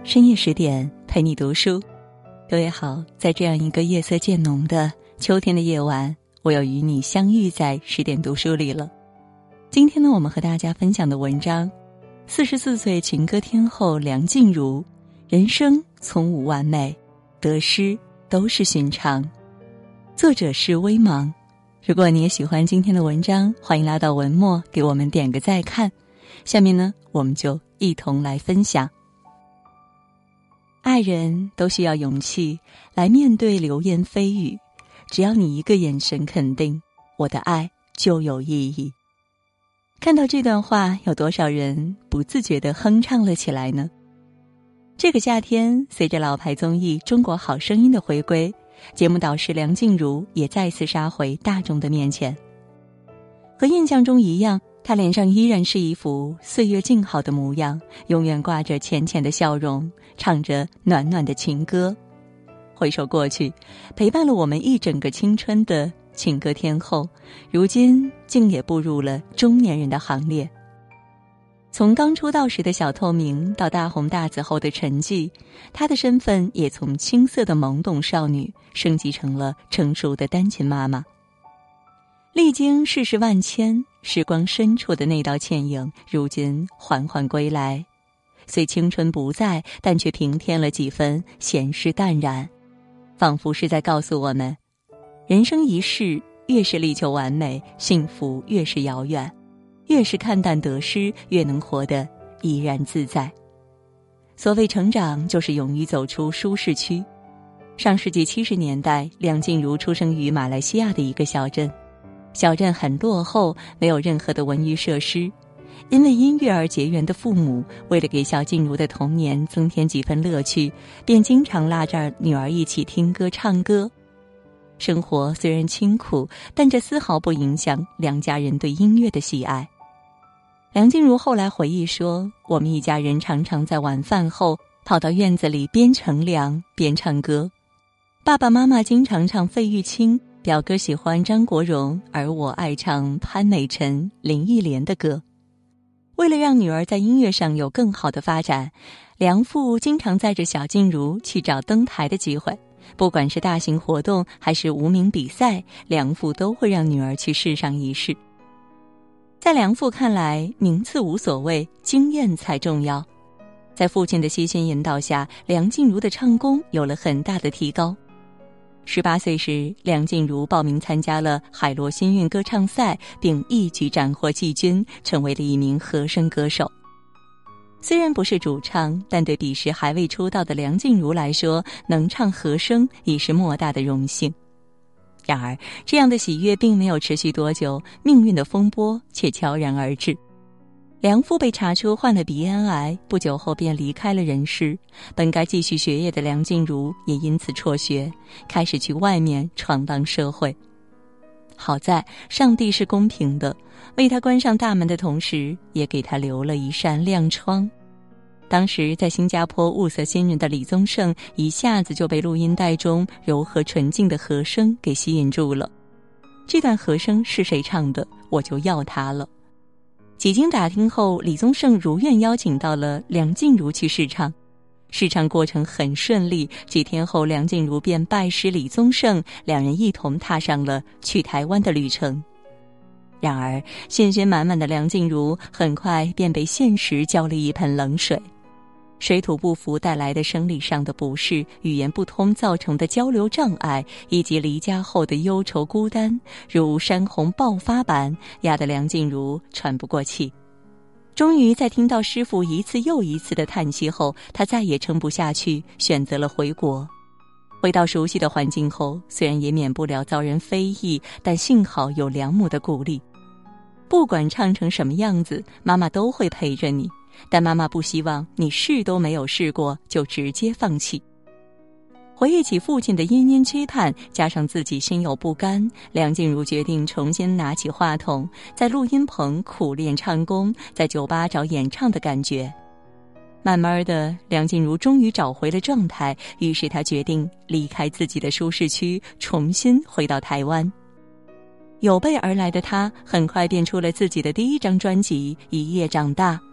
深夜10点陪你读书。各位好，在这样一个夜色渐浓的秋天的夜晚，我又与你相遇在10点读书里了。今天呢，我们和大家分享的文章，44岁情歌天后梁静茹，人生从无完美，得失都是寻常。作者是微芒。如果你也喜欢今天的文章，欢迎拉到文末给我们点个再看。下面呢，我们就一同来分享。爱人都需要勇气来面对流言蜚语，只要你一个眼神肯定，我的爱就有意义。看到这段话，有多少人不自觉地哼唱了起来呢？这个夏天，随着老牌综艺《中国好声音》的回归，节目导师梁静茹也再次杀回大众的面前。和印象中一样，她脸上依然是一副岁月静好的模样，永远挂着浅浅的笑容，唱着暖暖的情歌。回首过去，陪伴了我们一整个青春的情歌天后，如今竟也步入了中年人的行列。从刚出道时的小透明到大红大紫后的沉寂，她的身份也从青涩的懵懂少女升级成了成熟的单亲妈妈。历经世事万千，时光深处的那道倩影如今缓缓归来，虽青春不在，但却平添了几分闲适淡然，仿佛是在告诉我们，人生一世，越是力求完美，幸福越是遥远，越是看淡得失，越能活得怡然自在。所谓成长，就是勇于走出舒适区。上世纪70年代，梁静茹出生于马来西亚的一个小镇。小镇很落后，没有任何的文娱设施。因为音乐而结缘的父母，为了给小静茹的童年增添几分乐趣，便经常拉着女儿一起听歌唱歌。生活虽然清苦，但这丝毫不影响两家人对音乐的喜爱。梁静茹后来回忆说，我们一家人常常在晚饭后跑到院子里边乘凉边唱歌。爸爸妈妈经常唱费玉清，表哥喜欢张国荣，而我爱唱潘美辰、林忆莲的歌。为了让女儿在音乐上有更好的发展，梁父经常载着小静茹去找登台的机会，不管是大型活动还是无名比赛，梁父都会让女儿去试上一试。在梁父看来，名次无所谓，经验才重要。在父亲的悉心引导下，梁静茹的唱功有了很大的提高。18岁时，梁静茹报名参加了海螺新韵歌唱赛，并一举斩获季军，成为了一名和声歌手。虽然不是主唱，但对彼时还未出道的梁静茹来说，能唱和声已是莫大的荣幸。然而，这样的喜悦并没有持续多久，命运的风波却悄然而至。梁父被查出患了鼻咽癌，不久后便离开了人世。本该继续学业的梁静茹也因此辍学，开始去外面闯荡社会。好在上帝是公平的，为他关上大门的同时，也给他留了一扇亮窗。当时在新加坡物色新人的李宗盛一下子就被录音带中柔和纯净的和声给吸引住了。这段和声是谁唱的，我就要它了。几经打听后，李宗盛如愿邀请到了梁静茹去试唱。试唱过程很顺利，几天后梁静茹便拜师李宗盛，两人一同踏上了去台湾的旅程。然而信心满满的梁静茹很快便被现实浇了一盆冷水。水土不服带来的生理上的不适，语言不通造成的交流障碍，以及离家后的忧愁孤单，如山洪爆发般压得梁静茹喘不过气。终于在听到师父一次又一次的叹息后，他再也撑不下去，选择了回国。回到熟悉的环境后，虽然也免不了遭人非议，但幸好有梁母的鼓励。不管唱成什么样子，妈妈都会陪着你，但妈妈不希望你试都没有试过就直接放弃。回忆起父亲的殷殷期盼，加上自己心有不甘，梁静茹决定重新拿起话筒，在录音棚苦练唱功，在酒吧找演唱的感觉。慢慢的，梁静茹终于找回了状态，于是她决定离开自己的舒适区，重新回到台湾。有备而来的她很快便出了自己的第一张专辑《一夜长大》。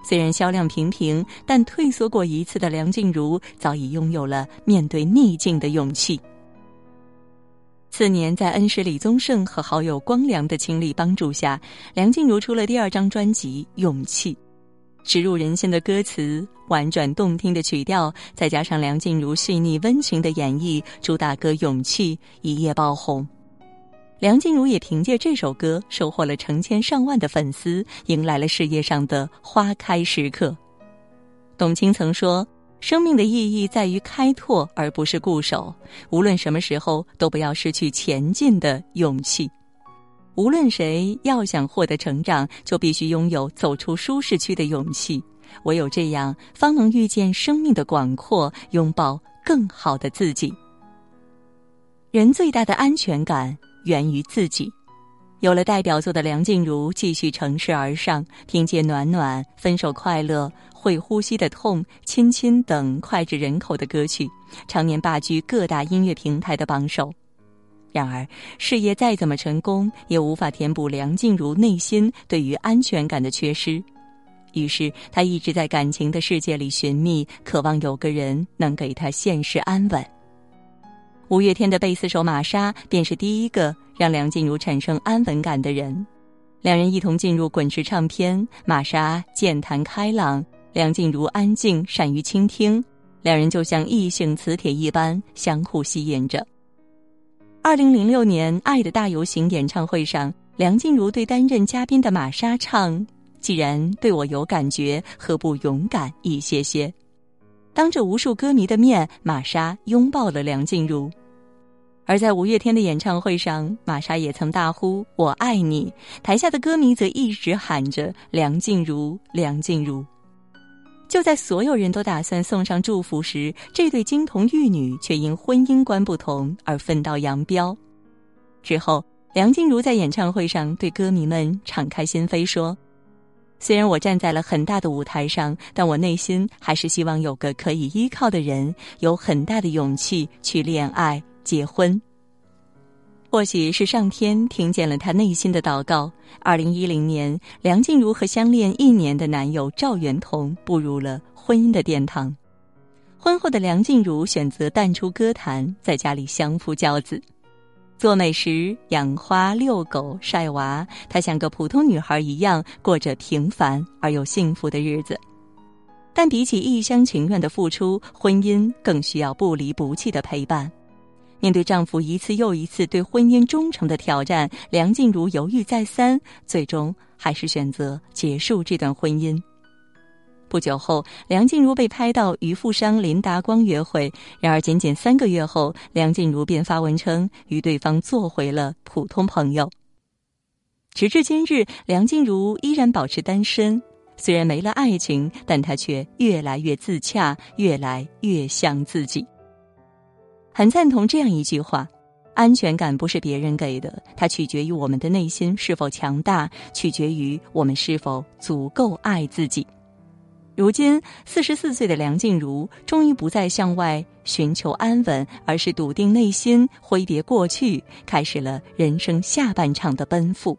虽然销量平平，但退缩过一次的梁静茹早已拥有了面对逆境的勇气。次年，在恩师李宗盛和好友光良的倾力帮助下，梁静茹出了第2张专辑《勇气》。植入人心的歌词，婉转动听的曲调，再加上梁静茹细腻温情的演绎，主打歌《勇气》一夜爆红。梁静茹也凭借这首歌收获了成千上万的粉丝，迎来了事业上的花开时刻。董卿曾说，生命的意义在于开拓而不是固守，无论什么时候都不要失去前进的勇气。无论谁要想获得成长，就必须拥有走出舒适区的勇气，唯有这样方能遇见生命的广阔，拥抱更好的自己。人最大的安全感源于自己。有了代表作的梁静茹继续乘势而上，凭借《暖暖》、《分手快乐》、《会呼吸的痛》、《亲亲》等脍炙人口的歌曲，常年霸居各大音乐平台的榜首。然而，事业再怎么成功，也无法填补梁静茹内心对于安全感的缺失。于是，她一直在感情的世界里寻觅，渴望有个人能给她现实安稳。五月天的贝斯手玛莎便是第一个让梁静茹产生安稳感的人。两人一同进入滚石唱片，玛莎健谈开朗，梁静茹安静善于倾听，两人就像异性磁铁一般相互吸引着。2006年《爱的大游行》演唱会上，梁静茹对担任嘉宾的玛莎唱：既然对我有感觉，何不勇敢一些些。当着无数歌迷的面，玛莎拥抱了梁静茹。而在五月天的演唱会上，玛莎也曾大呼我爱你，台下的歌迷则一直喊着梁静茹梁静茹。就在所有人都打算送上祝福时，这对金童玉女却因婚姻观不同而分道扬镳。之后，梁静茹在演唱会上对歌迷们敞开心扉说，虽然我站在了很大的舞台上，但我内心还是希望有个可以依靠的人，有很大的勇气去恋爱结婚。或许是上天听见了他内心的祷告，2010年，梁静茹和相恋1年的男友赵元同步入了婚姻的殿堂。婚后的梁静茹选择淡出歌坛，在家里相夫教子，做美食、养花、遛狗、晒娃，她像个普通女孩一样过着平凡而又幸福的日子。但比起一厢情愿的付出，婚姻更需要不离不弃的陪伴。面对丈夫一次又一次对婚姻忠诚的挑战，梁静茹犹豫再三，最终还是选择结束这段婚姻。不久后，梁静茹被拍到与富商林达光约会，然而仅仅3个月后，梁静茹便发文称与对方做回了普通朋友。直至今日，梁静茹依然保持单身，虽然没了爱情，但她却越来越自洽，越来越像自己。很赞同这样一句话，安全感不是别人给的，它取决于我们的内心是否强大，取决于我们是否足够爱自己。如今44岁的梁静茹终于不再向外寻求安稳，而是笃定内心，挥别过去，开始了人生下半场的奔赴。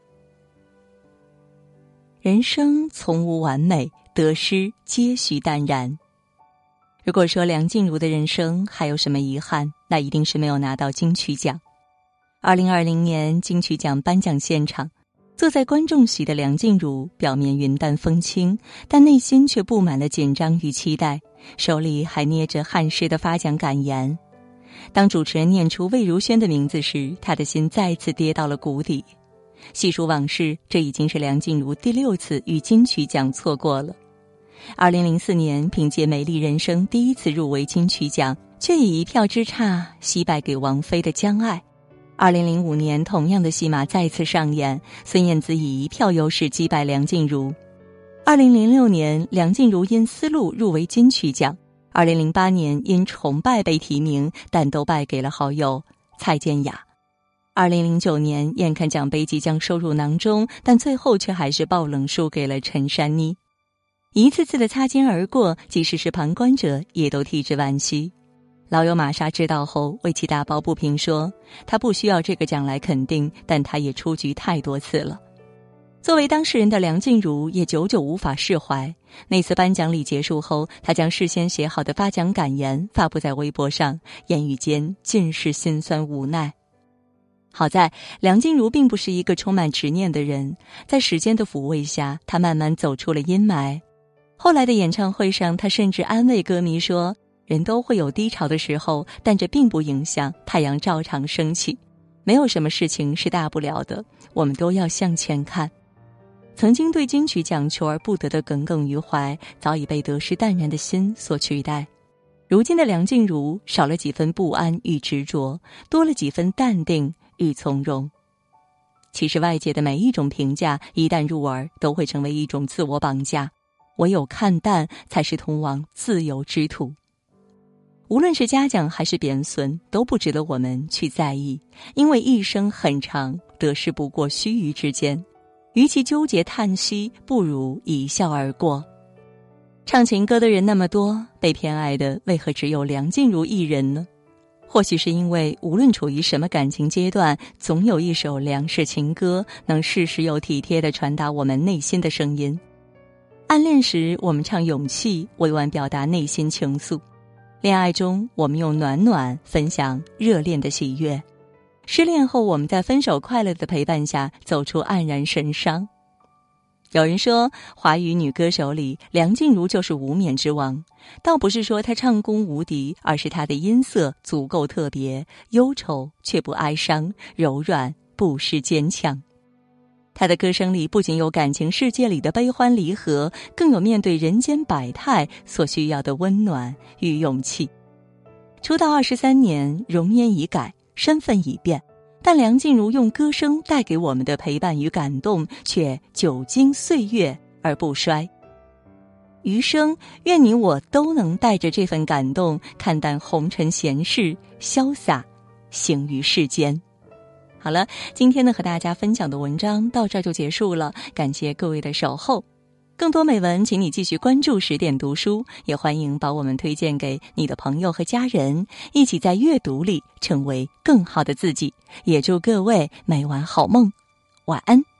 人生从无完美，得失皆须淡然。如果说梁静茹的人生还有什么遗憾，那一定是没有拿到金曲奖。2020年金曲奖颁奖现场，坐在观众席的梁静茹表面云淡风轻，但内心却布满了紧张与期待，手里还捏着汉诗的发奖感言。当主持人念出魏如萱的名字时，她的心再次跌到了谷底。细数往事，这已经是梁静茹第6次与金曲奖错过了。2004年凭借《美丽人生》第1次入围金曲奖，却以1票之差惜败给王菲的《将爱》。2005年同样的戏码再次上演，孙燕姿以1票优势击败梁静茹。2006年梁静茹因《丝路》入围金曲奖，2008年因《崇拜》被提名，但都败给了好友蔡健雅。2009年眼看奖杯即将收入囊中，但最后却还是爆冷输给了陈珊妮。一次次的擦肩而过，即使是旁观者也都替之惋惜。老友玛莎知道后为其打抱不平说，她不需要这个奖来肯定，但她也出局太多次了。 作为当事人的梁静茹也久久无法释怀。那次颁奖礼结束后，她将事先写好的发奖感言发布在微博上，言语间尽是心酸无奈。好在梁静茹并不是一个充满执念的人，在时间的抚慰下，她慢慢走出了阴霾。后来的演唱会上，她甚至安慰歌迷说，人都会有低潮的时候，但这并不影响太阳照常升起，没有什么事情是大不了的，我们都要向前看。曾经对金曲奖求而不得的耿耿于怀，早已被得失淡然的心所取代。如今的梁静茹少了几分不安与执着，多了几分淡定与从容。其实外界的每一种评价一旦入耳，都会成为一种自我绑架，唯有看淡才是通往自由之途。无论是嘉奖还是贬损，都不值得我们去在意，因为一生很长，得失不过须臾之间，与其纠结叹息，不如一笑而过。唱情歌的人那么多，被偏爱的为何只有梁静茹一人呢？或许是因为无论处于什么感情阶段，总有一首梁氏情歌能适时又体贴地传达我们内心的声音。暗恋时我们唱勇气，委婉表达内心情愫；恋爱中我们用暖暖分享热恋的喜悦；失恋后我们在分手快乐的陪伴下走出黯然神伤。有人说，华语女歌手里，梁静茹就是无冕之王，倒不是说她唱功无敌，而是她的音色足够特别，忧愁却不哀伤，柔软不失坚强。她的歌声里不仅有感情世界里的悲欢离合，更有面对人间百态所需要的温暖与勇气。出道23年，容颜已改，身份已变，但梁静茹用歌声带给我们的陪伴与感动，却久经岁月而不衰。余生，愿你我都能带着这份感动，看淡红尘闲事，潇洒行于世间。好了，今天呢和大家分享的文章到这儿就结束了，感谢各位的守候。更多美文请你继续关注10点读书，也欢迎把我们推荐给你的朋友和家人，一起在阅读里成为更好的自己。也祝各位每晚好梦，晚安。